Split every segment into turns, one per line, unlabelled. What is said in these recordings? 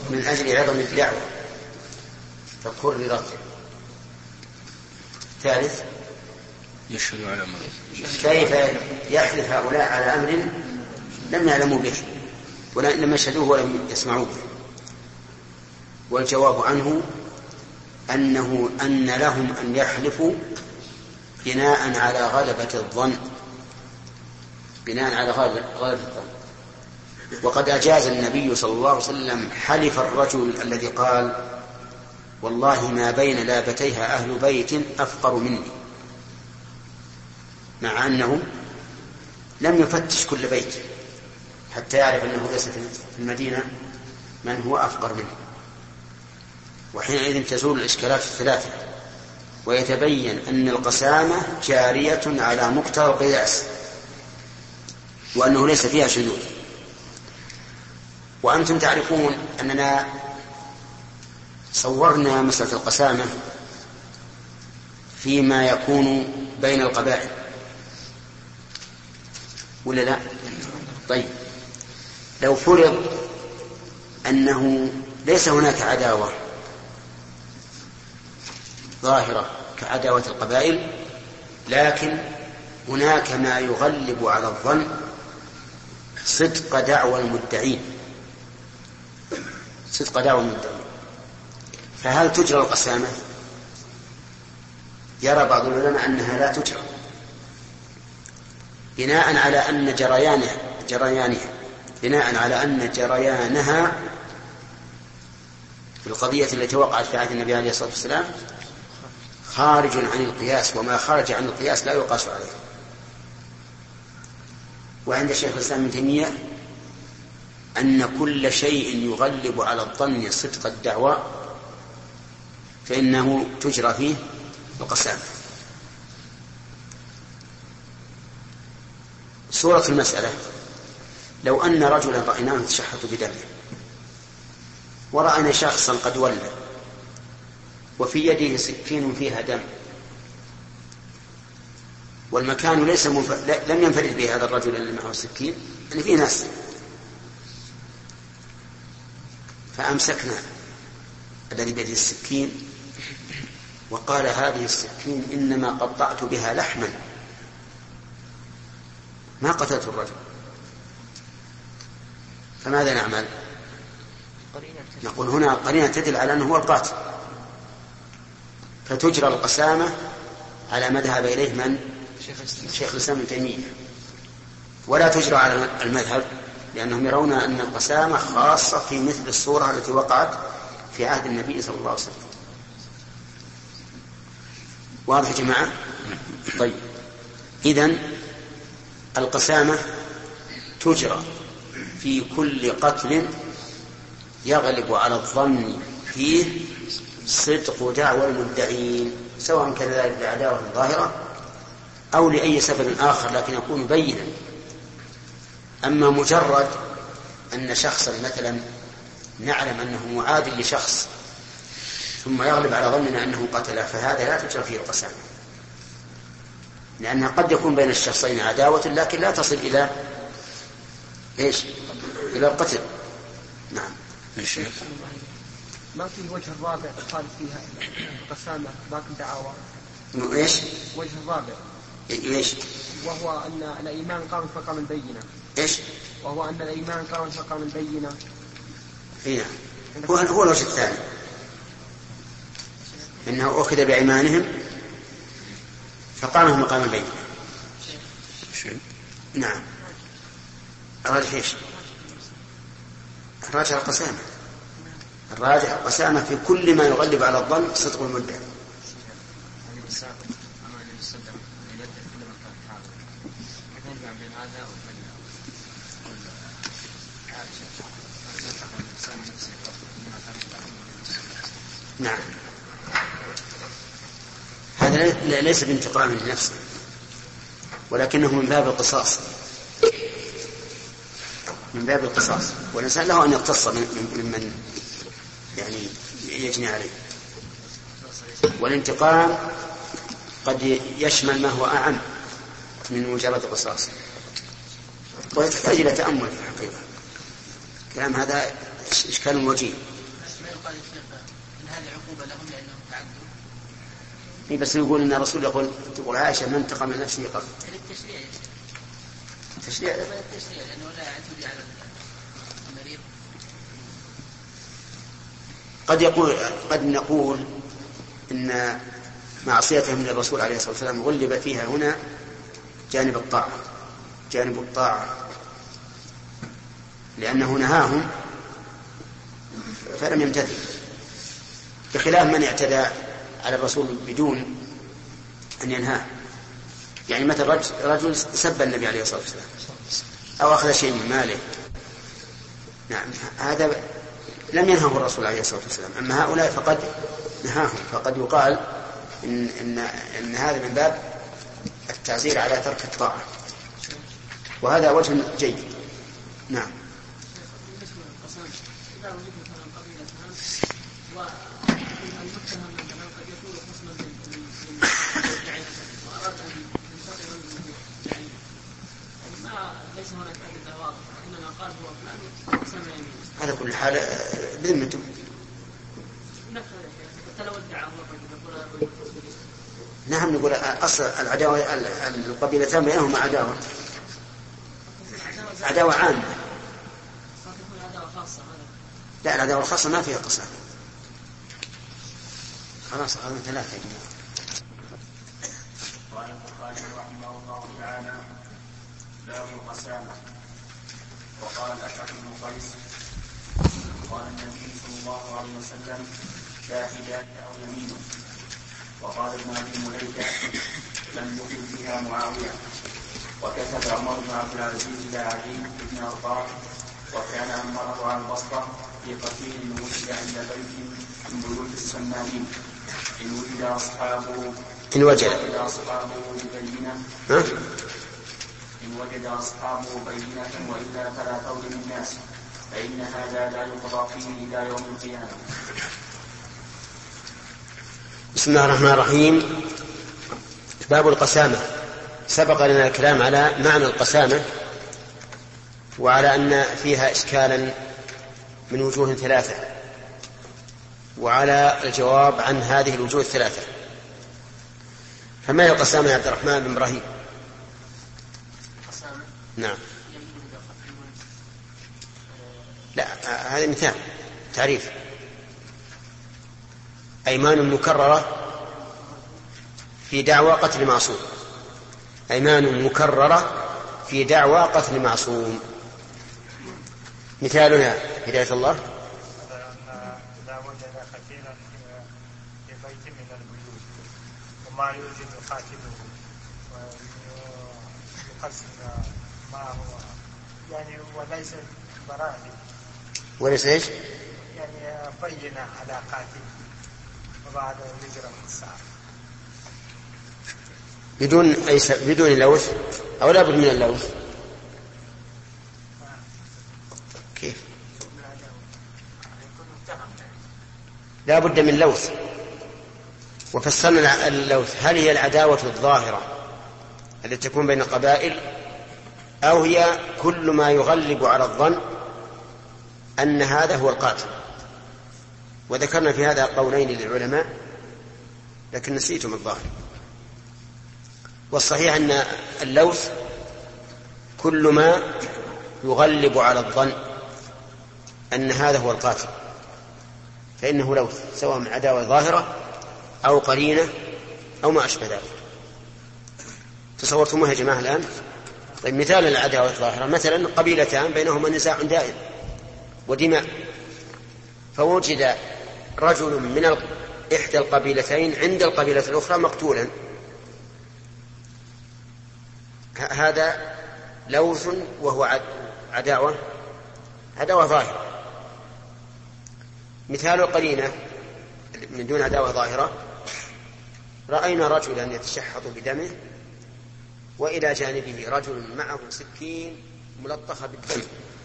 من أجل عظم الدعوة فكررت. ثالث
يشهد على أمر.
كيف يحلف هؤلاء على أمر لم يعلموا به ولم يشهدوه ولم يسمعوه؟ والجواب عنه أن لهم أن يحلفوا بناء على غلبة الظن، بناء على غلبة الظن. وقد أجاز النبي صلى الله عليه وسلم حلف الرجل الذي قال والله ما بين لابتيها أهل بيت أفقر مني، مع أنه لم يفتش كل بيت حتى يعرف أنه ليس في المدينة من هو أفقر منه، وحينئذ تزول الإشكالات الثلاثة ويتبين أن القسامة جارية على مقتضى القياس وأنه ليس فيها شذوذ. وأنتم تعرفون أننا صورنا مسألة القسامة فيما يكون بين القبائل ولا لا؟ طيب لو فرض أنه ليس هناك عداوة ظاهرة كعداوة القبائل، لكن هناك ما يغلب على الظن صدق دعوى المدعين، صدق دعوى المدعين، فهل تجرى القسامة؟ يرى بعض العلماء أنها لا تجرى بناء على أن جريانها في القضية التي وقعت في عهد النبي عليه الصلاة والسلام خارج عن القياس، وما خرج عن القياس لا يقاس عليه. وعند شيخ الإسلام ابن تيمية أن كل شيء يغلب على الظن صدق الدعوى فإنه تجرى فيه القسامة. صورة المسألة: لو أن رجلا رأيناه يتشحط بدمه، ورأينا شخصا قد ولى وفي يده سكين فيها دم، والمكان ليس لم ينفرد به هذا الرجل الذي معه السكين، يعني فيه ناس، فأمسكنا الذي بيده السكين وقال هذه السكين إنما قطعت بها لحما ما قتلت الرجل، فماذا نعمل؟ نقول هنا قرينة تدل على أنه هو القاتل، فتجرى القسامة على ما ذهب إليه من؟ شيخ الإسلام ابن تيمية، ولا تجرى على المذهب، لأنهم يرون أن القسامة خاصة في مثل الصورة التي وقعت في عهد النبي صلى الله عليه وسلم. واضح يا جماعة؟ طيب، إذن القسامة تجرى في كل قتل يغلب على الظن فيه صدق دعوى المدعين، سواء كان ذلك لعداوة ظاهرة أو لأي سبب آخر لكن يكون بينا. أما مجرد أن شخصا مثلا نعلم أنه معاد لشخص ثم يغلب على ظننا أنه قتله، فهذا لا تجرى فيه القسامة، لأنها قد يكون بين الشخصين عداوة لكن لا تصل إلى إلى القتل. نعم.
ما في وجه الرابع قال فيها القسامة باقي دعاوى.
إيش؟
وجه الرابع.
إيش؟
وهو أن الإيمان قام مقام البينة.
إيش؟
وهو أن الإيمان قام مقام البينة.
إيه. هو الوجه الثاني، إنه أخذ بأيمانهم فقاموا مقام البينة. نعم. الراجح إيش؟ الراجح القسامة. الراجح القسامة في كل ما يغلب على الظن صدق المدعي. نعم، هذا ليس بانتقام لنفسه ولكنه من باب القصاص، من باب القصاص، والإنسان له أن يقتص ممن يعني يجني عليه. والانتقام قد يشمل ما هو أعم من مجرد القصاص، ويحتاج إلى تأمل في الحقيقة. كلام هذا إشكال وجيه.
يقال يا شيخ ان هذه عقوبه لهم لانهم تعدوا.
بس يقول ان الرسول تقول عائشه من انتقم من نفسه قبل.
التشريع يا شيخ.
التشريع
لانه لا يعتدي على المريض.
قد نقول ان معصيتهم للرسول عليه الصلاه والسلام غلب فيها هنا جانب الطاعه لانه نهاهم فلم يمتثل، بخلاف من اعتدى على الرسول بدون أن ينهاه. يعني مثل رجل سب النبي عليه الصلاة والسلام أو أخذ شيء من ماله، نعم هذا لم ينهه الرسول عليه الصلاة والسلام. أما هؤلاء فقد نهاهم، فقد يقال إن هذا من باب التعزير على ترك الطاعة، وهذا وجه جيد. نعم. هذا كل حال بذمته. نعم نقول أصل العداوة القبيلتان بينهما عداوة عامة. لا العداوة الخاصة ما فيها قصة. خلاص هذا ثلاثة يا جماعة.
قال البخاري رحمه الله تعالى باب القسامة. وقال الأشعث بن قيس قال النبي صلى الله عليه وسلم شاهدان أو يمين. وقال ابن أبي مليكة لم يقل فيها معاوية. وكتب عمر بن عبد العزيز إلى علي بن أرطاح وكان أمره على البصرة في قتيل وجد عند بيت من بيوت السمانين إن وجد أصحابه بينة وإلا فلا قول الناس فإن هذا لا يقضى فيه إلى يوم القيامة.
بسم الله الرحمن الرحيم. باب القسامة. سبق لنا الكلام على معنى القسامة وعلى أن فيها إشكالا من وجوه ثلاثة، وعلى الجواب عن هذه الوجوه الثلاثة. فما هي القسامة يا عبد الرحمن بن إبراهيم؟ نعم. لا هذا مثال تعريف. أيمان مكررة في دعوى قتل معصوم. أيمان مكررة في دعوى قتل معصوم. مثالها هداية الله
إذا وجد قتيلا في بيت من البيوت وما يوجد قاتله ويقسم ما هو يعني وليس براءة
وليس ايش؟
يعني بينة على قاتل وبعد يجرم الصعب
بدون لوث أو لا بد من اللوث. كيف؟ لا بد من لوث. وفسرنا اللوث هل هي العداوة الظاهرة التي تكون بين القبائل أو هي كل ما يغلب على الظن أن هذا هو القاتل. وذكرنا في هذا قولين للعلماء لكن نسيتم الظاهر. والصحيح أن اللوث كل ما يغلب على الظن أن هذا هو القاتل فإنه لوث، سواء من عداوة ظاهرة أو قرينة أو ما أشبه ذلك. تصورتموها يا جماعة الآن؟ طيب مثال العداوة الظاهرة مثلا قبيلتان بينهما نزاع دائم ودماء، فوجد رجل من إحدى القبيلتين عند القبيلة الأخرى مقتولا، هذا لوث وهو عداوة ظاهرة. مثال القرينة من دون عداوة ظاهرة رأينا رجلا يتشحط بدمه وإلى جانبه رجل معه سكين ملطخة بالدم،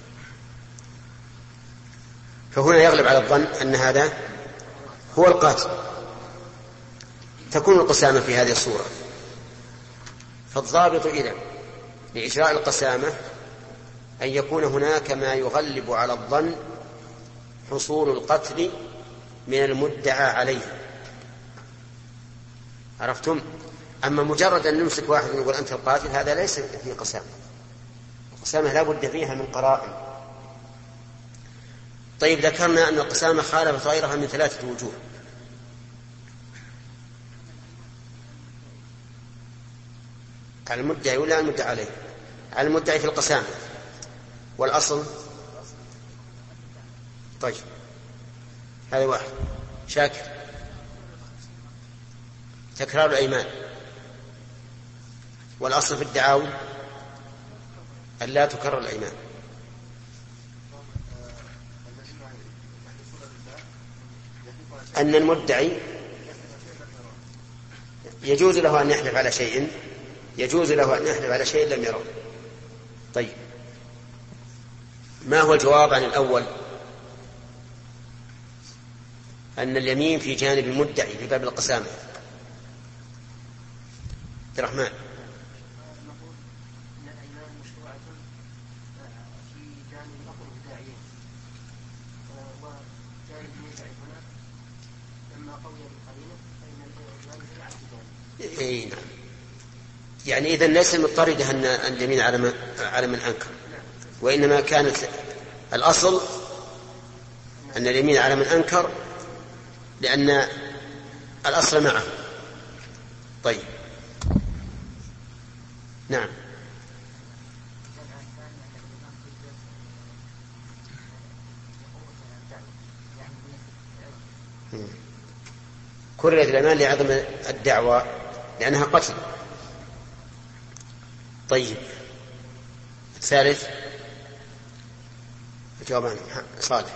فهنا يغلب على الظن أن هذا هو القاتل، تكون القسامة في هذه الصورة. فالضابط إذن لإجراء القسامة أن يكون هناك ما يغلب على الظن حصول القتل من المدعى عليه. عرفتم؟ أما مجرد أن نمسك واحد ونقول أنت القاتل هذا ليس فيه قسامة. القسامة لا بد فيها من قرائن. طيب ذكرنا أن القسامة خالفت غيرها من 3 وجوه. على المدعي ولا على المدعى عليه؟ على المدعي في القسامة. والأصل طيب هذا واحد. شاكر تكرار الأيمان. والأصل في الدعاوى أن لا تكرر الأيمان. أن المدعي يجوز له أن يحلف على شيء، يجوز له أن يحلف على شيء لم يره. طيب ما هو الجواب عن الأول؟ أن اليمين في جانب المدعي في باب القسامة. عبد الرحمن.
نقول أن الأيمان مشروعة في جانب الأقوى الداعيين، وجانب المدعي هنا لما قوي بالقرينة فإن الأيمان هي عكس.
اي نعم. يعني إذن ليس مضطردة أن اليمين على من أنكر، وإنما كانت الأصل أن اليمين على من أنكر لأن الأصل معه. طيب نعم. كررت الأيمان لعظم الدعوة لأنها قتل. طيب الثالث الجواب عنه صالح.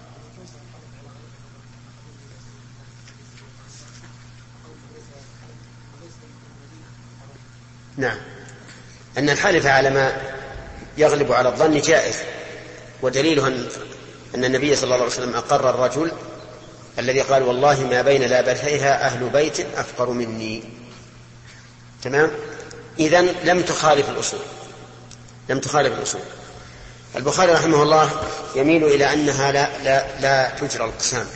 نعم، أن الحلف على ما يغلب على الظن جائز، ودليله أن النبي صلى الله عليه وسلم أقر الرجل الذي قال والله ما بين لابتيها أهل بيت أفقر مني. تمام. إذن لم تخالف الأصول، لم تخالف الأصول. البخاري رحمه الله يميل إلى أنها لا تجرى القسام.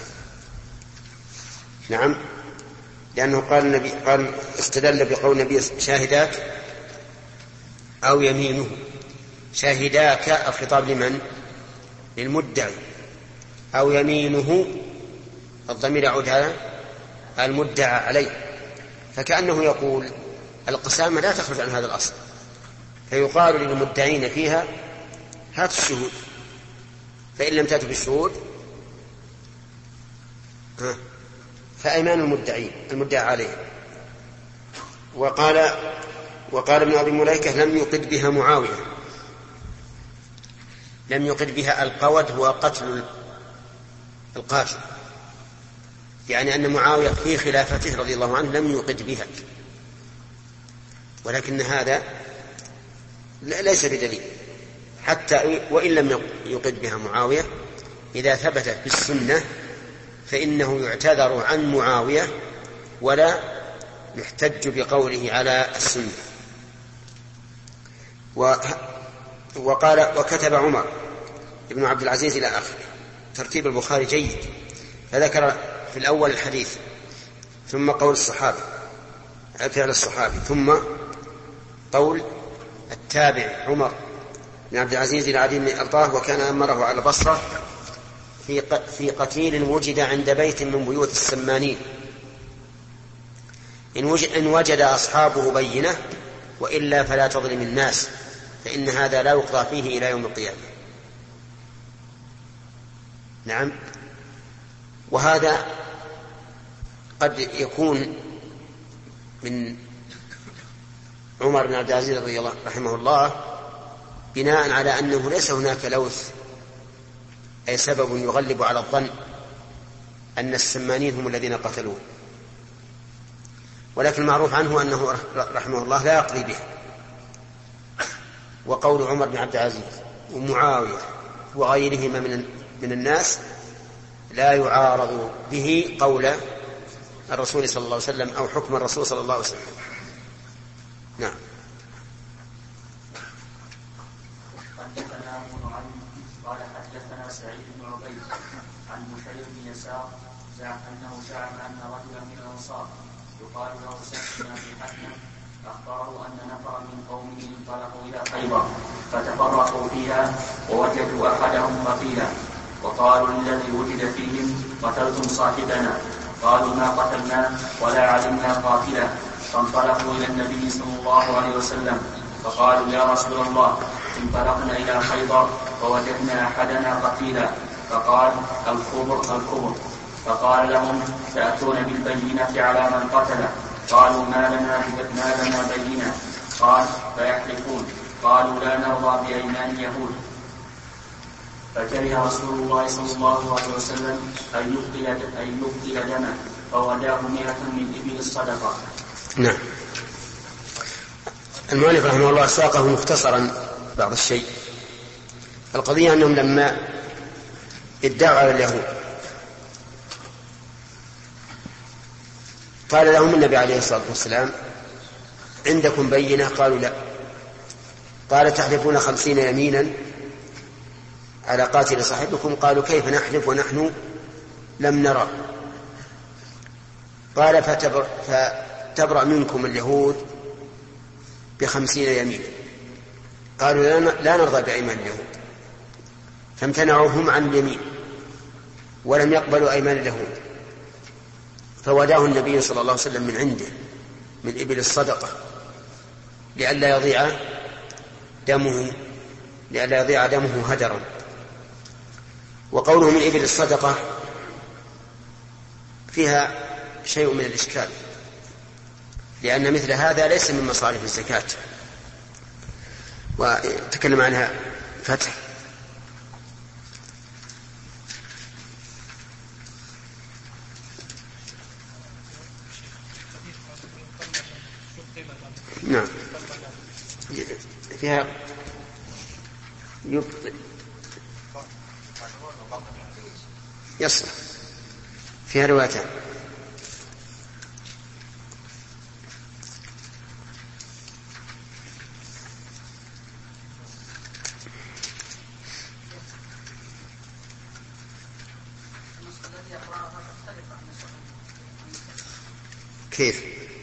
نعم، لأنه قال استدل بقول النبي شاهداك أو يمينه. شاهداك الخطاب لمن؟ للمدعي. أو يمينه الضمير يعود على المدعى عليه. فكأنه يقول القسامة لا تخرج عن هذا الأصل، فيقال للمدعين فيها هات الشهود، فإن لم تأتوا بالشهود فأيمان المدعى عليه. وقال ابن أبي مليكة لم يقد بها معاوية، لم يقد بها. القود هو قتل القاتل، يعني أن معاوية في خلافته رضي الله عنه لم يقد بها، ولكن هذا ليس بدليل. حتى وإن لم يقد بها معاوية إذا ثبتت بالسنة فإنه يعتذر عن معاوية ولا يحتج بقوله على السنة. وكتب عمر ابن عبد العزيز إلى آخره. ترتيب البخاري جيد، فذكر في الأول الحديث، ثم قول الصحابي فعل الصحابي، ثم قول التابع عمر بن عبد العزيز إلى عدي بن أرطاه، وكان أمره على البصرة في قتيل وجد عند بيت من بيوت السمانين، إن وجد أصحابه بينة، وإلا فلا تظلم الناس، فإن هذا لا يقضى فيه إلى يوم القيامة. نعم. وهذا قد يكون من عمر بن عبد العزيز رضي الله رحمه الله بناء على أنه ليس هناك لوث، أي سبب يغلب على الظن أن السمانين هم الذين قتلوه، ولكن المعروف عنه أنه رحمه الله لا يقضي به. وقول عمر بن عبد العزيز ومعاوية وغيرهما من الناس لا يعارض به قول الرسول صلى الله عليه وسلم أو حكم الرسول صلى الله عليه وسلم. نعم.
قال حدثنا سعيد بن عبيد عن بشير بن يسار أنه زعم أن رجلا من الأنصار يقال له سهل بن حكمة أخبروا أن نفرا من قومه انطلقوا إلى خيبر فتفرقوا فيها ووجدوا أحدهم قتيلا وقالوا للذي وجد فيهم قتلتم صاحبنا قالوا ما قتلناه ولا علمنا قاتلا فانطلقوا إلى النبي صلى الله عليه وسلم فقالوا يا رسول الله انطلقنا إلى خيبر ووجدنا أحدنا قتيلا فقال الكبر فقال لهم تأتون بالبينة على من قتله قالوا ما لنا بينة قال فيحلفون قالوا لا نرضى بأيمان يهود فكره رسول الله صلى الله عليه وسلم أن يبطل دمه فوداه 100 من إبل الصدقة.
نعم. المؤلف رحمه الله ساقه مختصرا بعض الشيء. القضية أنهم لما ادعوا على اليهود قال لهم النبي عليه الصلاة والسلام عندكم بينة؟ قالوا لا. قال تحلفون 50 يمينا على قاتل صاحبكم؟ قالوا كيف نحلف ونحن لم نرى؟ قال فتبرأ منكم اليهود ب50 يمين. قالوا لا نرضى بأيمان اليهود فامتنعوا هم عن اليمين ولم يقبلوا أيمان اليهود فوداه النبي صلى الله عليه وسلم من عنده من إبل الصدقة لئلا يضيع دمه هدرا. وقوله من إبل الصدقة فيها شيء من الإشكال لأن مثل هذا ليس من مصارف الزكاة وتكلم عنها فتح. نعم فيها يبطل يصلح فيها روايتان. كيف؟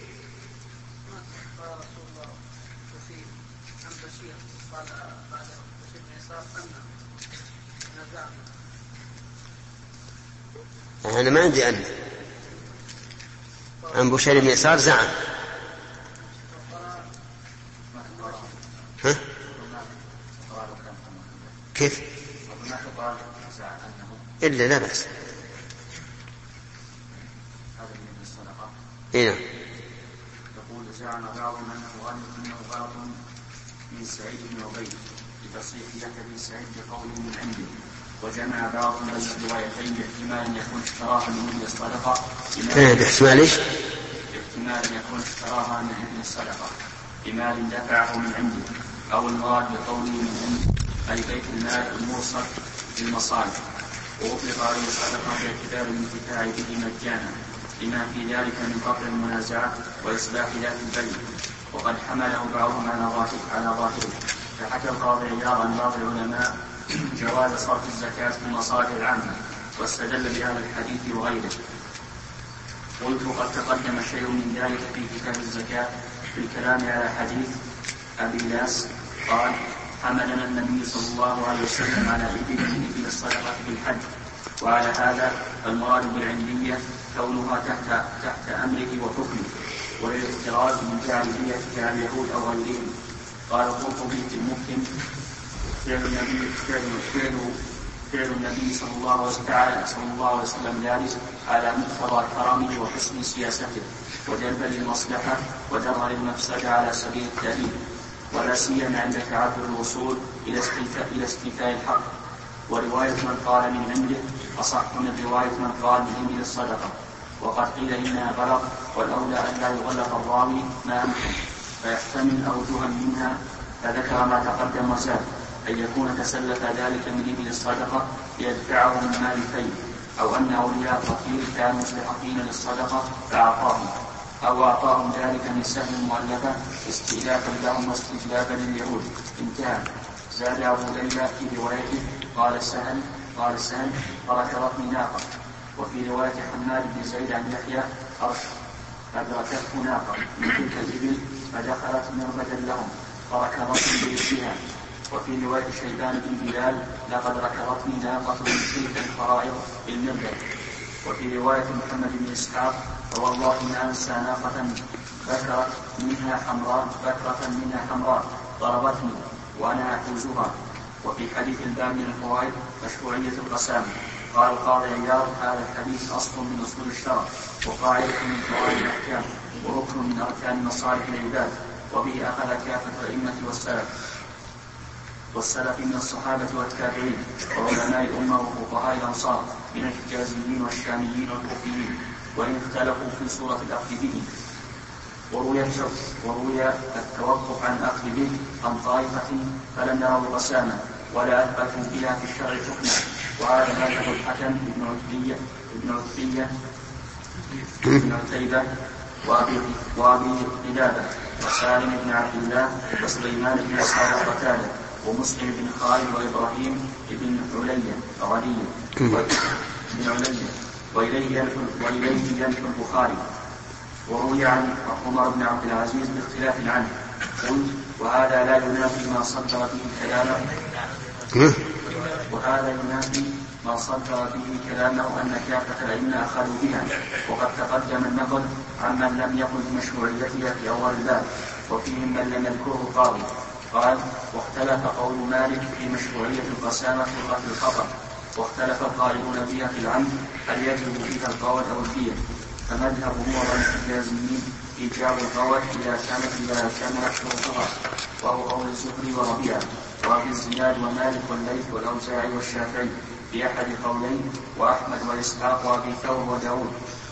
أنا ما عندي أن عن بشير بن يسار زعم. ها؟ كيف؟ إلا لا بأس. هنا
يقول زعم بعضهم أنه غلط من سعيد بن عبيد لتصريح يحيى سعيد بقوله من عنده وجمع بعضهم بين الروايتين باحتمال يكون اشتراها من ابن الصدقة باحتمال يكون اشتراها من ابن الصدقة بمال دفعه من عنده أو المراد بقوله من عنده أي بيت المال الموصل للمصالح وأطلق عليه الصدقة باعتبار الانتفاع به مجانا لما في ذلك من قطع المنازعة وإصلاح ذات البين وقد حمله بعضهم على ظاهره فحكى القاضي عياض عن بعض العلماء جواز صرف الزكاة في المصالح العامة واستدل بهذا الحديث وغيره. قلت قد تقدم شيء من ذلك في كتاب الزكاة في الكلام على حديث أبي لاس قال حملنا النبي صلى الله عليه وسلم على إبل من إبل الصدقة في الحج وعلى هذا المراد بالعندية كونها تحت أمره وحكمه والاحتراز من جاهلية كاليهود أو غيرهم. قال القرطبي في المفهم فعل النبي صلى الله عليه وسلم ذلك على مقتضى كرمه وحسن سياسته وجلب للمصلحة ودرء للمفسدة على سبيل التأليف ولا سيما عند تعذر الوصول إلى استيفاء الحق. ورواية من قال من عنده أصح من رواية من قال من إبل الصدقة وقد قيل إنها غلط والأولى أن لا يغلط الراوي ما أمكن فيحتمل أوجها منها فذكر ما تقدم وزاد أن يكون تسلف ذلك من إبل الصدقة ليدفعه من مال الفيء أو أن أولياء الفقير كانوا مستحقين للصدقة فأعطاهم أو أعطاهم ذلك من سهم مؤلفة استئلافا لهم واستجلابا لليهود. انتهى. زاد أبو ليلى في روايته قال سهل فركضتني ناقة وفي رواية حماد بن زيد عن يحيى أدركته ناقة من تلك الإبل فدخلت مربدا لهم فركضتني برجلها. وفي رواية شيبان بن بلال لقد ركضتني ناقة من تلك الفرائض بالمربد. وفي رواية محمد بن إسحاق فوالله ما أنسى ناقة بكرة منها حمراء ضربتني وأنا أحوزها. وفي حديث الباب من الفوائد مشروعية القسامة. قال القاضي عياض هذا الحديث أصل من أصول الشرع وقاعدة من قواعد الأحكام وركن من أركان مصالح العباد، وبه أخذ كافة الأئمة والسلف من الصحابة والتابعين وعلماء الأمة وفقهاء الأمصار من الحجازيين والشاميين والكوفيين، وإن اختلفوا في صورة الأخذ به. وروي التوقف عن الأخذ به عن طائفة فلم يروا قسامة ولا أثبتوا فيها في الشرع حكما، وهذا مذهب الحكم ابن عتيبة وأبي قلابة وسالم بن عبد الله وسليمان بن أسحاب قتادة ومسلم بن خالد وإبراهيم بن علي وإليه ينحو البخاري. وروي عن عمر بن عبد العزيز باختلاف عنه. قلت وهذا لا ينافي ما صدر به كلامه أن كافة الأئمة أخذوا بها، وقد تقدم النقل عمن لم يقل بمشروعيتها في أول الباب، وفيهم من لم يذكره قاضي. قال واختلف قول مالك في مشروعية القسامة في قتل الخطأ، واختلف القائلون بها في العمد هل يجب فيها القول أو الدية، فمذهب معظم الحجازيين إيجاب القول إذا كانت شروطها، وهو قول الزهري وربيعة وأبي الزناد ومالك والليث والأوزاعي والشافعي في أحد قولين، وأحمد وإسحاق وأبي ثور وداود.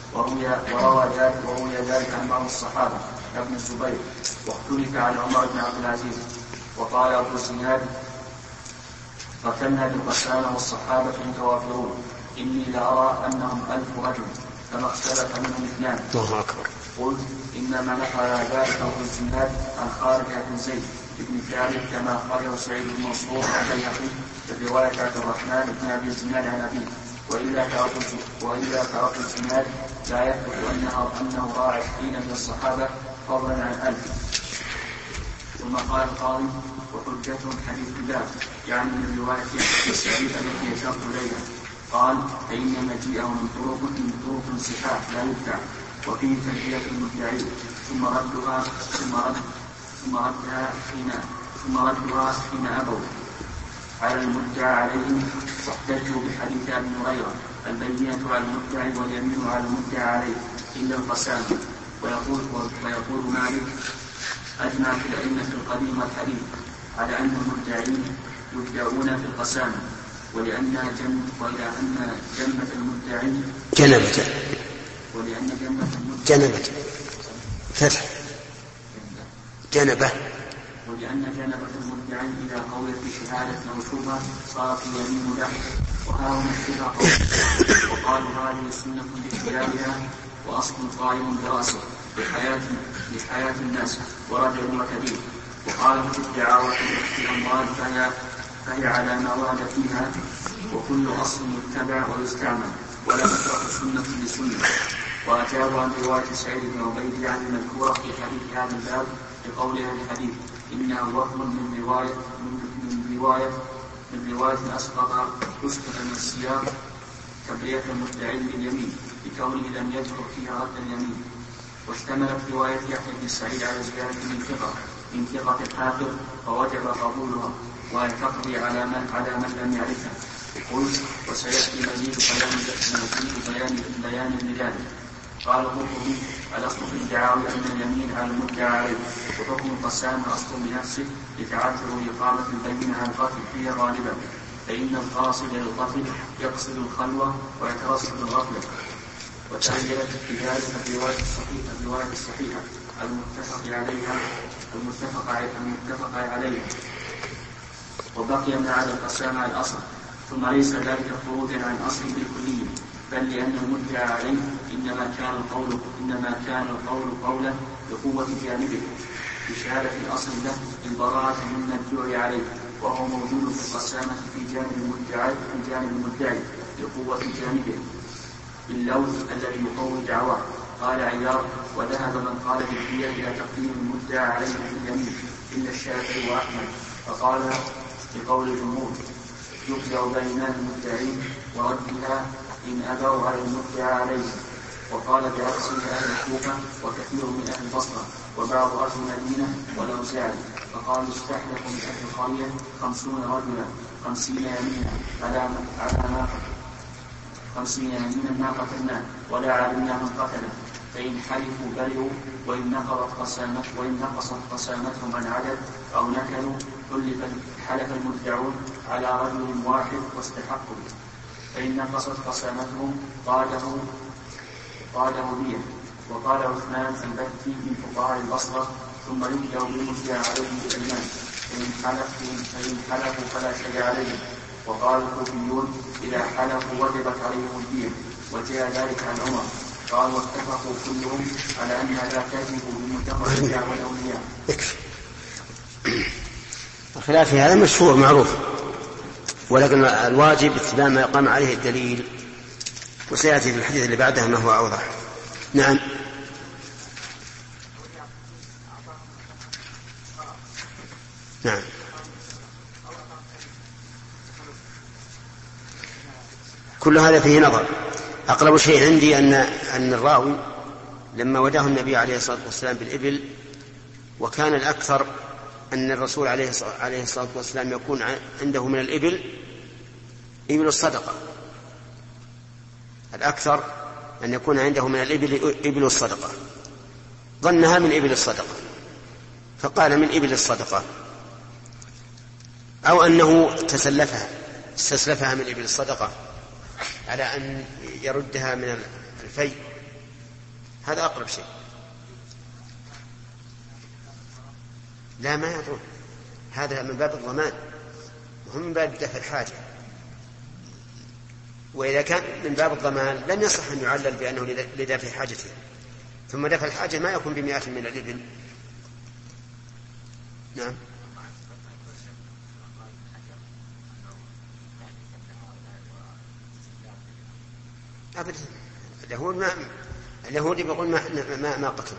وروي ذلك عن بعض الصحابة ابن الزبير، واختلف عن عمر بن عبد العزيز. وقال أبو الزناد قتلنا بالقسامة والصحابة متوافرون، إني لأرى أنهم 1000 رجل فما اختلف منهم 2.
الله أكبر.
قلت إنما نقل ذلك أبو الزناد عن خالد بن زيد بن ثابت كما قاله سعيد بن منصور عن بيهقي في رواية عبد الرحمن بن أبي الزناد عن أبيه، وإلا فأبو الزناد لا يثبت أنه راى 20 من الصحابة فضلا عن 1000. ثم قال القاضي وحجتهم حديث الباب، يعني من رواية سعيد التي يشرط إليها. قال فإن مجيئه من طرق صحاح لا يدفع، وفيه تجزية المدعي ثم ردها حين أبوا على المدعى عليهم، واحتجوا بحديث أبي هريرة البينة على المدعي واليمين على المدعى عليه إلا القسامة. ويقول مالك أجمع في الأئمة القديم الحديث على أن المدعين يدعون في القسامة، ولأن جنة المدعين ولأن جنبة المدعين إذا قويت بشهادة موصوفة صارت اليمين له، وهاهم الشرع. وقالوا هذه سنة بخلالها وأصل قائم برأسه لحياة الناس ورجل وكبير. وقالوا في الدعاوى في الأموال فهي على ما ورد فيها، وكل أصل يتبع ويستعمل ولا تترك السنة لسنة. وأجابوا عن رواية سعيد بن عبيد عن المذكورة في حديث هذا الباب بقولها الحديث إنها وهم من رواية أسقط من السياق تبرية المدعي باليمين بكونه لم يذكر فيها رد اليمين. واشتملت رواية يحيى بن سعيد على زيادة من ثقة الحافظ فوجب قبولها، وأن تقضي على من لم يعرفها. قلت وسيأتي مزيد بيان ذلك. قال القرطبي الأصل في الدعاوى أن اليمين على المدعى عليه، وحكم القسامة أصل بنفسه لتعذر إقامة البينة عن القتل فيها غالبا، فإن القاصد للقتل يقصد الخلوة ويترصد الغفلة. وتعينت في ذلك الرواية الصحيحة المتفق عليها. وبقي من على القسامة الأصل، ثم ليس ذلك خروجا عن أصل بالكلية، بل لأن المدعى عليه إنما كان القول قولا بقوة جانبه بشهادة الأصل له البراءة مما ادعي عليه، وهو موجود في القسامة في جانب المدعي بقوة جانبه. باللوث الذي يقوي دعواه. قال عياض: وذهب من قال بالدية إلى تقديم المدعى عليه في اليمين إلا الشافعي وأحمد، فقال بقول الجمهور يبدأ بأيمان المدعين وردها إن أبوا على المدعى عليه. وقال بعكسه أهل الكوفة وكثير من أهل البصرة وبعض أهل المدينة والأوزاعي، فقالوا استحلف من أهل القرية 50 رجلا 50 يمينا على ناقة 50 يمينا ناقة الماء ولا علمنا من قتله، فإن حلفوا برئوا وإن نقصت قسامتهم عن عدد أو نكلوا حلف المدعون على رجل واحد واستحقوا، فإن نقصت قسامتهم قاده بيه. وقال عثمان البتي من فقهاء البصرة: ثم يبدأ بالمدعى عليهم بالأيمان، فإن حلفوا فلا شيء عليهم. وقال الكوفيون: إذا حلفوا وجبت عليهم الدية، وجاء ذلك عن عمر. قال: واتفقوا كلهم على أنها لا تجب بمتفق الدعوى والأولياء.
الخلاف في هذا مشهور معروف، ولكن الواجب اتباع ما يقام عليه الدليل، وسيأتي في الحديث اللي بعده ما هو أوضح. نعم. نعم. كل هذا فيه نظر. أقرب شيء عندي أن الراوي لما وداه النبي عليه الصلاة والسلام بالإبل، وكان الأكثر أن الرسول عليه الصلاة والسلام يكون عنده من الإبل إبل الصدقة، الأكثر أن يكون عنده من الإبل إبل الصدقة، ظنها من إبل الصدقة فقال من إبل الصدقة، أو أنه استسلفها من إبل الصدقة على أن يردها من الفيء. هذا أقرب شيء. لا، ما يعطون، هذا من باب الضمان وهم من باب دفع الحاجة. وإذا كان من باب الضمان لم يصح أن يعلل بأنه لدفع حاجته، ثم دفع الحاجة ما يكون ب100 من الإبل. نعم. أبدا، اليهود يقول ما قتل،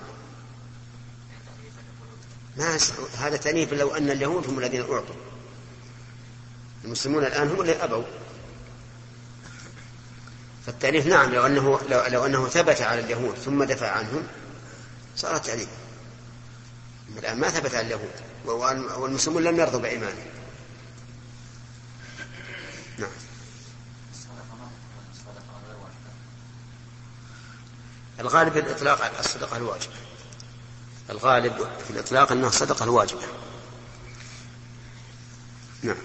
ما هذا تأنيب لو أن اليهود هم الذين أعطوا، المسلمون الآن هم اللي أبوا. فالتأنيب نعم لو أنه ثبت على اليهود ثم دفع عنهم صار تأنيب. الآن ما ثبت على اليهود والمسلمون لم يرضوا بإيمانه. نعم. الغالب في الإطلاق على الصدقة الواجبة، الغالب في الإطلاق أنها الصدقة الواجبة. نعم.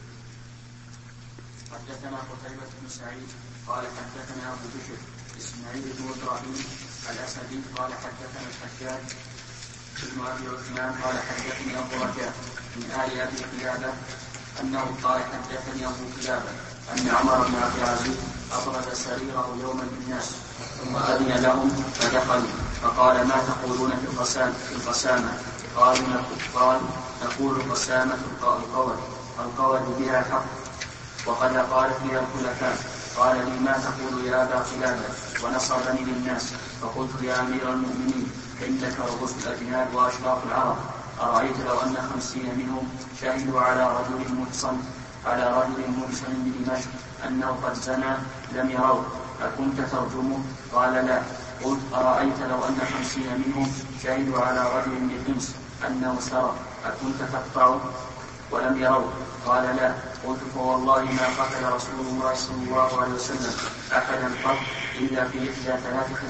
حدثنا قتيبة بن سعيد قال حدثنا أبو بكر إسماعيل بن إبراهيم الأسدي قال حدثنا الحجاج بن أبي عثمان قال حدثني أبو رجاء من آل أبي قلابة أنه قال حدثني أبو قلابة أن عمر بن عبد العزيز أبرز سريره يوما للناس ثم أذن لهم فدخلوا فقال: ما تقولون في القسامة؟ قال: نقول القسامة القول بها حق وقد قال فيها الخلفاء. قال لي: ما تقول يا أبا قلابة؟ ونصبني للناس. فقلت: يا أمير المؤمنين، عندك رؤوس الأجناد وأشراف العرب، أرأيت لو أن 50 منهم شهدوا على رجل مرسل بدمشق أنه قد زنى لم يروه، أكنت ترجمه؟ قال: لا. قلت: أرأيت لو أن 50 منهم شهدوا على رجل بحمص أنه سرق، أكنت تقطعه ولم يروه؟ قال: لا. قلت: فوالله ما قتل رسول الله صلى الله عليه وسلم أحدا قط إلا في إحدى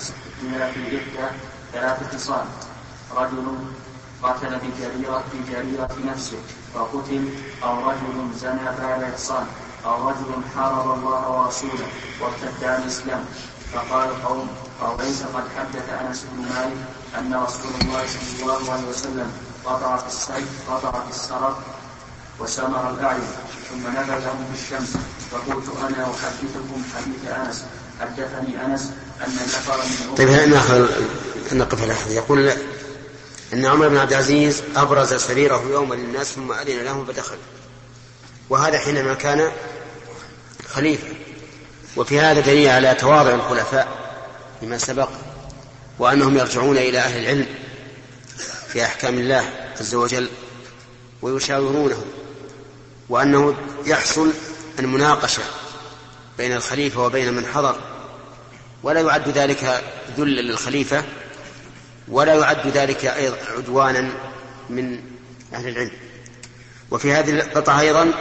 ثلاث خصال: رجل قتل بجريرة نفسه فقتل، أو رجل زنى بعد إحصان، أو رجل حارب الله ورسوله وارتد عن الإسلام. فقال القوم: أو ليس قد حدث أنس بن مالك أن رسول الله صلى الله عليه وسلم قطع في السرق وسمر الأعين ثم نبذهم بالشمس. فقلت: أنا أحدثكم حديث أنس، حدثني أنس أن نفر من
طيب نقف لحظة. يقول أن عمر بن عبد العزيز أبرز سريره يوما للناس ثم أذن لهم فدخل، وهذا حينما كان خليفة، وفي هذا دليل على تواضع الخلفاء لما سبق، وأنهم يرجعون إلى أهل العلم في أحكام الله عز وجل ويشاورونه، وأنه يحصل المناقشة بين الخليفة وبين من حضر، ولا يعد ذلك ذلا للخليفة، ولا يعد ذلك أيضا عدوانا من أهل العلم. وفي هذه القطعة أيضا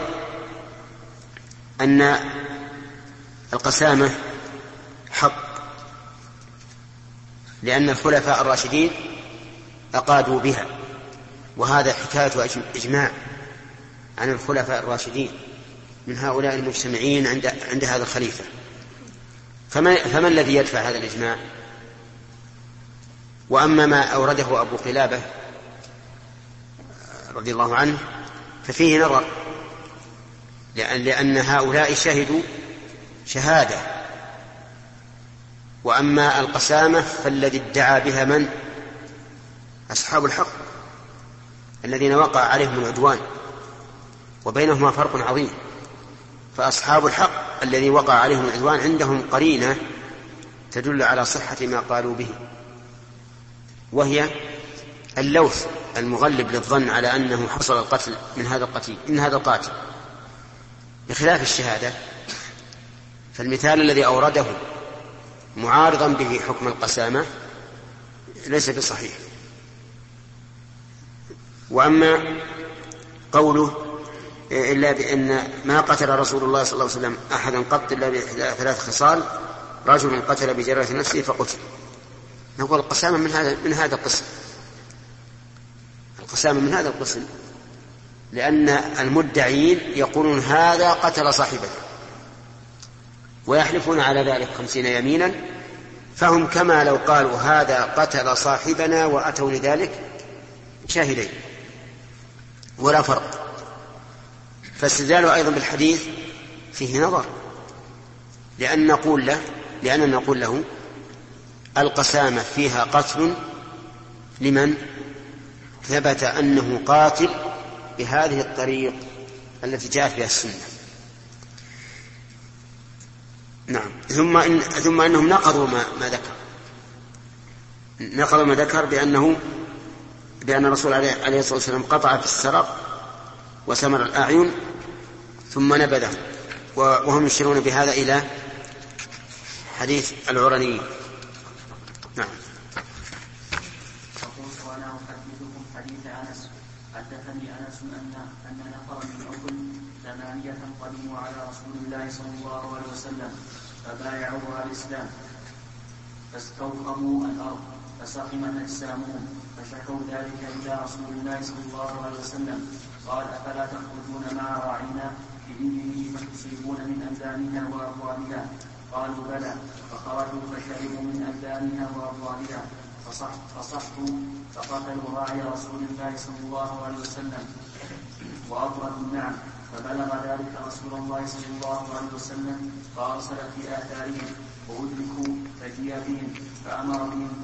أن القسامة حق، لأن الخلفاء الراشدين أقادوا بها، وهذا حكاية إجماع عن الخلفاء الراشدين من هؤلاء المجتمعين عند هذا الخليفة. فما الذي يدفع هذا الإجماع؟ وأما ما أورده أبو قلابة رضي الله عنه ففيه نظر، لأن هؤلاء شهدوا شهادة، وأما القسامة فالذي ادعى بها من؟ أصحاب الحق الذين وقع عليهم العدوان، وبينهما فرق عظيم. فأصحاب الحق الذي وقع عليهم العدوان عندهم قرينة تدل على صحة ما قالوا به، وهي اللوث المغلب للظن على أنه حصل القتل من هذا القاتل، بخلاف الشهادة. فالمثال الذي أورده معارضا به حكم القسامة ليس بصحيح. وأما قوله إلا بأن ما قتل رسول الله صلى الله عليه وسلم أحدا قط إلا بثلاث خصال: رجل قتل بجرة نفسه فقتل. نقول القسامة من هذا القسم، القسامة من هذا القسم، لأن المدعين يقولون هذا قتل صاحبه ويحلفون على ذلك 50 يمينا، فهم كما لو قالوا هذا قتل صاحبنا وأتوا لذلك شاهدين، ولا فرق. فاستدلال أيضا بالحديث فيه نظر، لأن نقول له القسامة فيها قتل لمن ثبت أنه قاتل بهذه الطريق التي جاءت بها السنة. نعم. ثم أنهم نقضوا ما ذكر بأن الرسول عليه الصلاة والسلام قطع في السرق وسمر الأعين ثم نبذه، وهم يشيرون بهذا إلى حديث العرني. نعم.
فقلت وأنا أحدثكم حديث أنس. حدثني أنس أن نفر من عقل 8 قدموا على رسول الله صلى الله عليه وسلم فبايعوه على الإسلام، فاستوخموا الأرض فسقمت أجسامهم، فشكوا ذلك إلى رسول الله صلى الله عليه وسلم، قال: أفلا تخرجون مع راعينا بإذنه فتصيبون من أبدانها وأبوابها؟ قالوا: بلى. فخرجوا فشربوا من أبدانها وأبوابها فصحوا فقتلوا راعي رسول الله صلى الله عليه وسلم وأطردوا النعم، فبلغ ذلك رسول الله صلى الله عليه وسلم فأرسل في آثارهم وأدركوا فجيء بهم فأمر بهم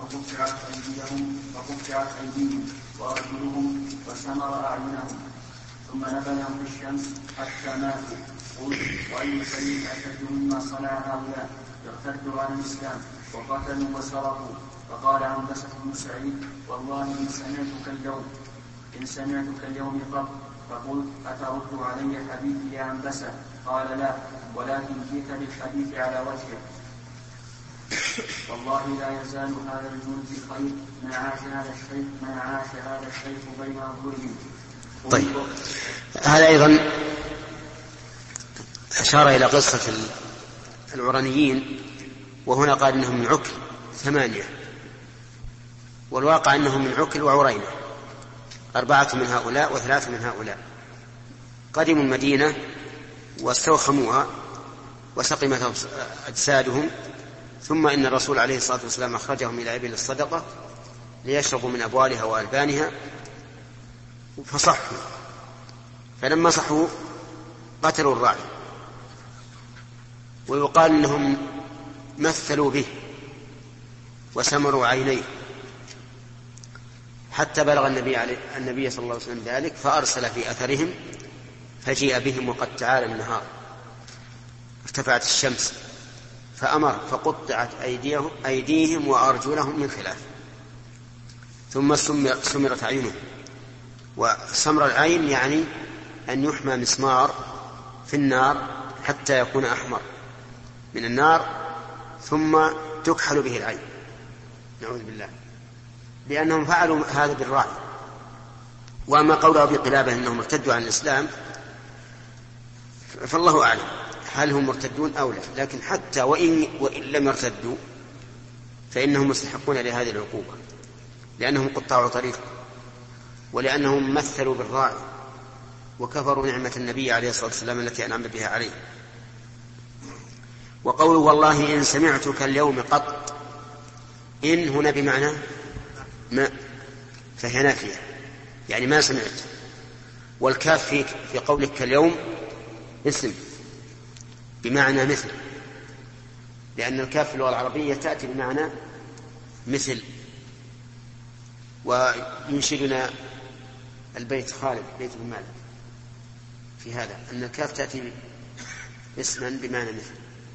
فقطعت أيديهم وأرجلهم وسمر أعينهم، ثم نبذهم في الشمس حتى ماتوا. قلت: وأي شيء أشد مما صنع هؤلاء؟ ارتدوا عن الإسلام وقتلوا وسرقوا. فقال عنبسة بن سعيد: والله إن سمعتك اليوم قط. فقلت: أترد علي حديثي يا عنبسة؟ قال: لا، ولكن جئت بالحديث على وجهه. والله لا يزال هذا الجند بخير ما عاش هذا الشيخ بين أظهرهم.
طيب، هذا أيضا أشار إلى قصة العرنيين، وهنا قال إنهم من عكل 8، والواقع أنهم من عكل وعرينة، 4 من هؤلاء و3 من هؤلاء. قدموا المدينة واستوخموها وسقمت أجسادهم، ثم إن الرسول عليه الصلاة والسلام أخرجهم إلى إبل الصدقة ليشربوا من أبوالها وألبانها، فصحوا. فلما صحوا قتلوا الراعي، ويقال إنهم مثلوا به وسمروا عينيه حتى بلغ النبي صلى الله عليه وسلم ذلك، فأرسل في أثرهم فجيء بهم وقد تعالى النهار، ارتفعت الشمس فأمر فقطعت أيديهم وأرجلهم من خلاف، ثم سمرت أعينهم. وسمر العين يعني أن يحمى مسمار في النار حتى يكون أحمر من النار ثم تكحل به العين، نعوذ بالله، لأنهم فعلوا هذا بالراعي. وأما قول أبي قلابة أنهم ارتدوا عن الإسلام فالله أعلم هل هم مرتدون أو لا، لكن حتى وإن لم يرتدوا فإنهم مستحقون لهذه العقوبة، لأنهم قطاع طريق، ولأنهم مثلوا بالراعي وكفروا نعمة النبي عليه الصلاة والسلام التي أنعم بها عليه. وقوله والله إن سمعتك اليوم قط، إن هنا بمعنى ما، فهي نافية يعني ما سمعت. والكاف في قولك اليوم اسم بمعنى مثل، لأن الكاف في اللغة العربية تأتي بمعنى مثل. وينشدنا البيت خالد بيت بن مالك في هذا أن الكاف تأتي اسما بمعنى مثل.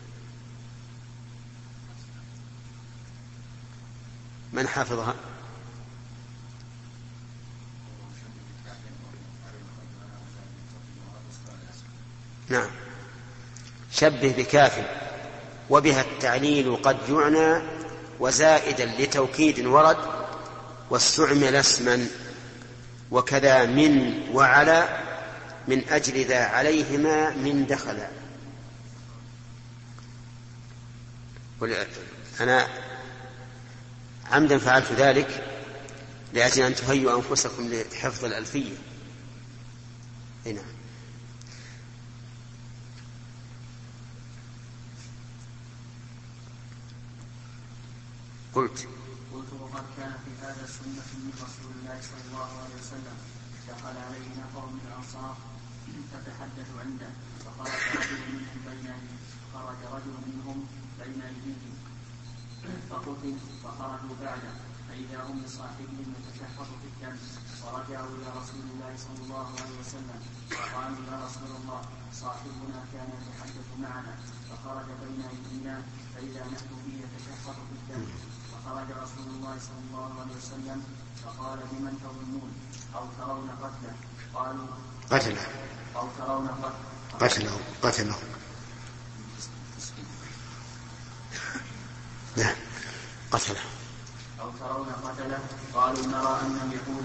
من حافظها؟ نعم، شبه بكاف وبها التعليل قد يعنى وزائدا لتوكيد ورد واستعمل اسما وكذا من وعلى من أجل ذا عليهما من دخلا. أنا عمدا فعلت ذلك لأجل أن تهيئوا أنفسكم لحفظ الألفية. هنا قلت
وقد كان في هذا السنة من رسول الله صلى الله عليه وسلم دخل عليه نفر من الأنصار فتحدثوا عنده فخرج رجل منهم بين أيديهم فقتل فخرجوا بعده فإذا هم لصاحبهم يتشحط في الدم ورجعوا إلى رسول الله صلى الله عليه وسلم فقالوا يا رسول الله صاحبنا كان يتحدث معنا فخرج بين أيدينا فإذا نحن فيه يتشحط في الدم فخرج رسول الله صلى الله عليه وسلم فقال بمن تظنون أو ترون قتله قالوا
قتله
أو ترون
قتله نعم قتله
أو ترون قتله قالوا نرى أن اليهود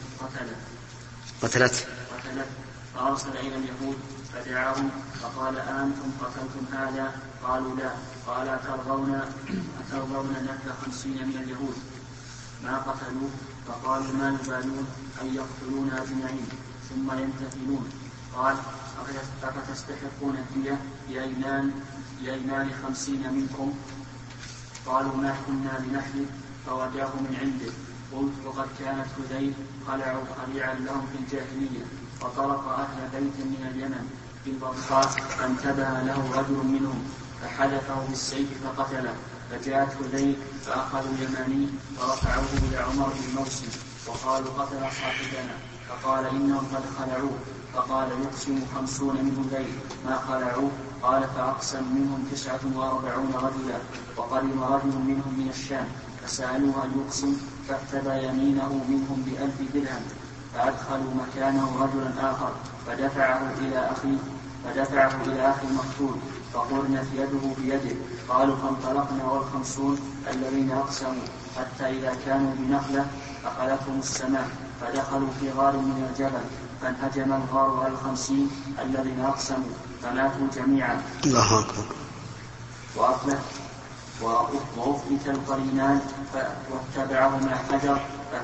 قتلت فأرسل إلى اليهود فدعاهم فقال أنتم قتلتم هذا؟ قالوا لا. قال أترضون نفل 50 من اليهود ما قتلوا؟ فقالوا ما يبالون أن يقتلون أجمعين ثم ينتفلون. قال أفتستحقون الدية بأيمان 50 منكم؟ قالوا ما كنا لنحلف فوجاه من عنده. قلت وقد كانت هذيل خلعوا خليعا لهم في الجاهلية فطرق أهل بيت من اليمن في البطحاء فانتبه له رجل منهم فحدثه بالسيف فقتله. فجاءت هذيل فأخذوا اليماني فرفعوه إلى عمر بن موسم وقالوا قتل صاحبنا فقال إنهم قد خلعوه. فقال يقسم 50 منهم ليل ما خلعوه. قال فأقسم منهم 49 رجلا وقدم رجل منهم من الشام فسألوه أن يقسم فافتدى يمينه منهم ب1000 درهم فأدخلوا مكانه رجلا آخر فدفعه إلى أخي المقتول فقرنت يده بيده. قالوا فانطلقنا وال50 الذين أقسموا حتى إذا كانوا بنخلة أخذتهم السماء فدخلوا في غار من الجبل فانهجم الغار على 50 الذين أقسموا فماتوا جميعا.
الله أكبر.
وأفلت القرينان واتبعهما حجر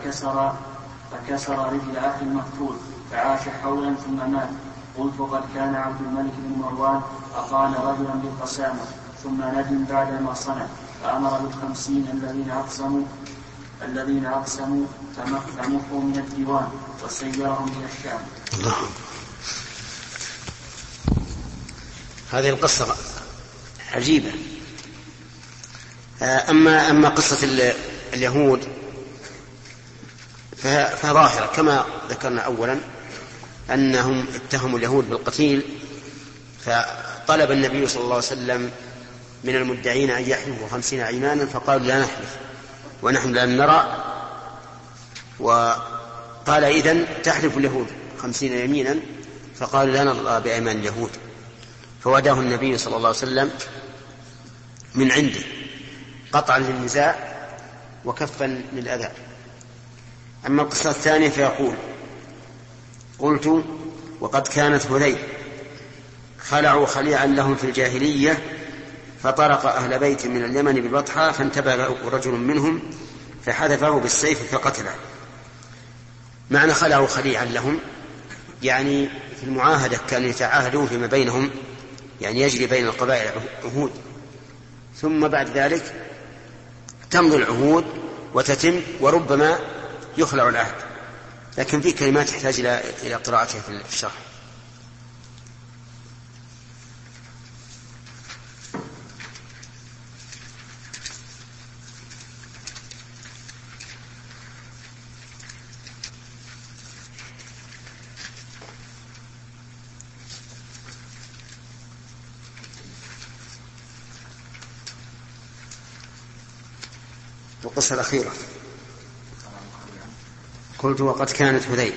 فكسر رجل أخي المقتول فعاش حولا ثم مات. قلت وقد كان عبد الملك بن مروان أقام رجلا بالقسامة ثم ندم بعد ما صنع فأمر بال50 الذين أقسموا فمحوا من الديوان وسيرهم إلى الشام.
هذه القصة عجيبة. أما قصة اليهود فظاهرة كما ذكرنا أولا أنهم اتهموا اليهود بالقتيل فطلب النبي صلى الله عليه وسلم من المدعين أن يحلفوا 50 أيمانا فقالوا لا نحلف ونحن لا نرى. وقال إذن تحلف اليهود 50 يمينا فقالوا لا نرضى بأيمان اليهود، فوداه النبي صلى الله عليه وسلم من عنده قطعا للنزاع وكفا للأذى. أما القصة الثانية فيقول: قلت وقد كانت هذيل خلعوا خليعا لهم في الجاهلية فطرق أهل بيت من اليمن بالبطحة فانتبه رجل منهم فحذفه بالسيف فقتله. معنى خلعوا خليعا لهم يعني في المعاهدة كانوا يتعاهدون فيما بينهم، يعني يجري بين القبائل عهود، ثم بعد ذلك تمضي العهود وتتم وربما يخلع العهد. لكن في كلمات تحتاج إلى قراءتها في الشرح. القصة الأخيرة قلت وقد كانت هذيل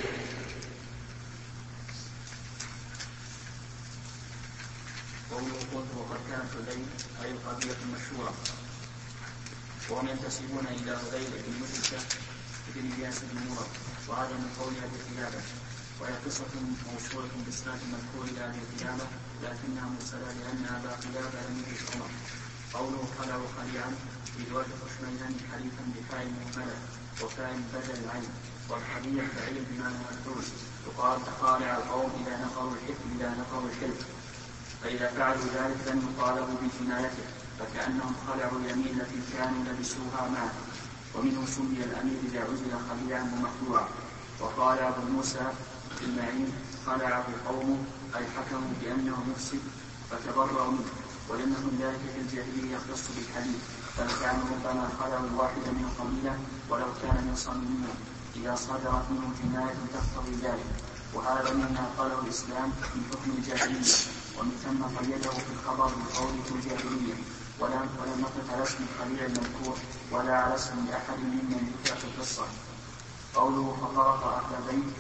أي القبيلة المشهورة وهم ينتسبون إلى هذيل بن مدركة بن إياس بن مرة، وهذا من قولها بخلافه، وهي قصة مشهورة بإسناد المذكور إلى أبي قلابة لكنها مرسلة لأن أبا قلابة لم يدرك عمر. قوله خلعوا خليعا في رواية خشميهان حليفا بحاء مهملة وفاء بدل العين، والخليع فعيل بمعنى مفعول. يقال تخالع القوم إذا نقروا الحلف فإذا فعلوا ذلك لم يطالبوا بجنايته فكأنهم خلعوا اليمين التي كانوا لبسوها معه، ومنه سمي الأمير إذا عزل خليعا ومخلوعا. وقال أبو موسى المعين خلعه قومه أي حكموا بأنه مفسد فتبرأوا منه، ولم يكن ذلك في الجاهلية يختص بالحديث، بل كانوا ربما خلعوا الواحد من القبيلة ولو كان من صميمهم إذا صدرت منه جناية تقتضي ذلك، وهذا مما قاله الإسلام من حكم الجاهلية، ومن ثم قيده في الخبر بالقول في الجاهلية، ولم نقف على اسم الخليع المذكور ولا على اسم أحد ممن ذكر في القصة. قوله فطرق أهل بيت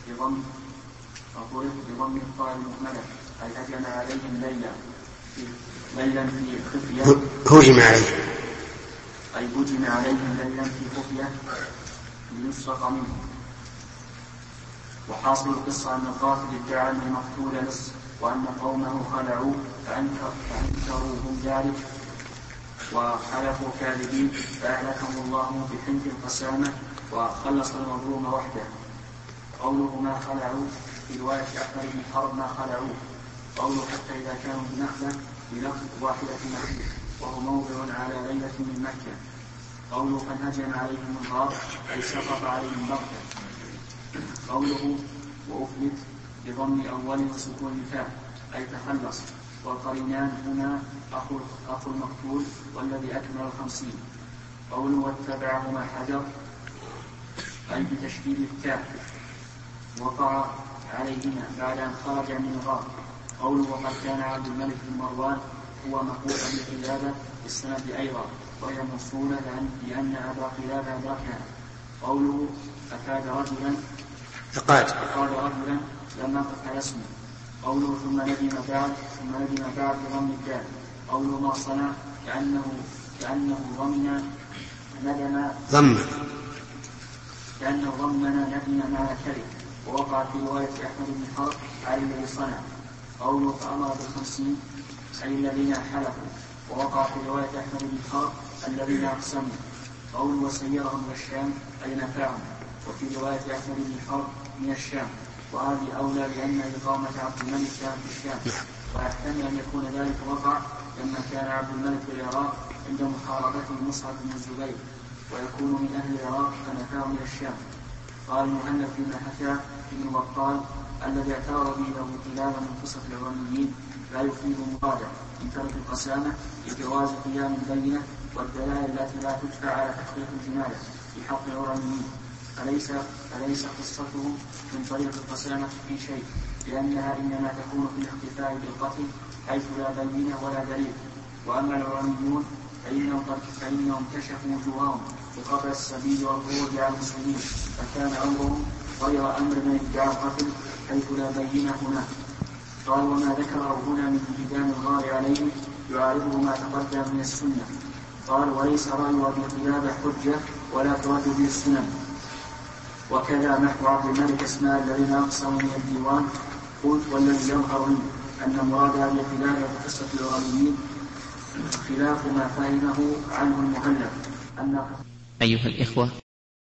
بضم الطاء المهملة أي هجم عليهم ليلا في خفية
هجم عليهم
أي هجم عليهم ليلا في خفية ليسرق منه. وحاصل القصة أن القاتل ادعى أن المقتول لص وأن قومه خلعوا فأنكروا هم ذلك وحلفوا كاذبين فأهلكهم الله بحنث القسامة وخلص المظلوم وحده. قوله ما خلعوا في رواية أحمد بن حرب ما خلعوه. قوله حتى إذا كانوا بنخلة بلفظ واحدة نخيل وهو موضع على ليلة من مكة. قوله فانهجم عليهم الغار أي سقط عليهم بغتة. قوله وأفلت بضم أول وسكون الفاء أي تخلص. والقرينان هنا أخو المقتول والذي أكمل 50. قوله واتبعهما حجر أي بتشديد التاء وقع عليهما بعد أن خرج من الغار. قوله وقد كان عبد الملك بن مروان هو مقول بقلابة السند أيضا وهي موصولة لأن أبا قلابة أدركها. قوله أفاد رجلا لم نقف على اسمه. قوله ثم ندم بعد بضم الدال. قوله ما صنع كأنه ضمن ندم مع كره. ووقع في رواية أحمد بن حرب على الذي صنع. قوله فأمر ب50 أي الذين حلفوا. ووقع في رواية أحمد بن حرب الذين أقسموا. قوله وسيرهم من الشام أي نفعهم. وفي رواية أحمد بن حرب من الشام، وهذه أولى لأن إقامة عبد الملك كان في الشام، ويحتمل أن يكون ذلك وقع لما كان عبد الملك في العراق عند محاربته مصعب بن الزبير ويكون من أهل العراق فنفاه إلى الشام. قال المهند فيما حكى ابن بطال الذي اعتبر به له خلافا من قصة العرانيين لا يفيد مراجع من ترك القسامة لجواز قيام البينة والدلائل التي لا تدفع على تحقيق الجناية في حق العرانيين، فليس قصتهم من طريق القسامة في شيء، لأنها إنما تكون في الاختفاء بالقتل حيث لا بينة ولا دليل. وأما العلمانيون فإنهم كشفوا وجوههم بقطع السبيل والخروج على المسلمين، فكان أمرهم غير أمر من ادعى القتل حيث لا بينة هناك. قال وما ذكره هنا من انهدام الغار عليه يعارضه ما تقدم من السنة. قال وليس رأي أبي قلابة حجة ولا ترد به السنن. وكذا نحو عبد الملك اسماء الذين أقسموا من الديوان. قلت والذي يظهر لي أن مراد أبي قلابة في قصة الغريبين خلاف ما فهمه عنه المهلب.
أيها الإخوة،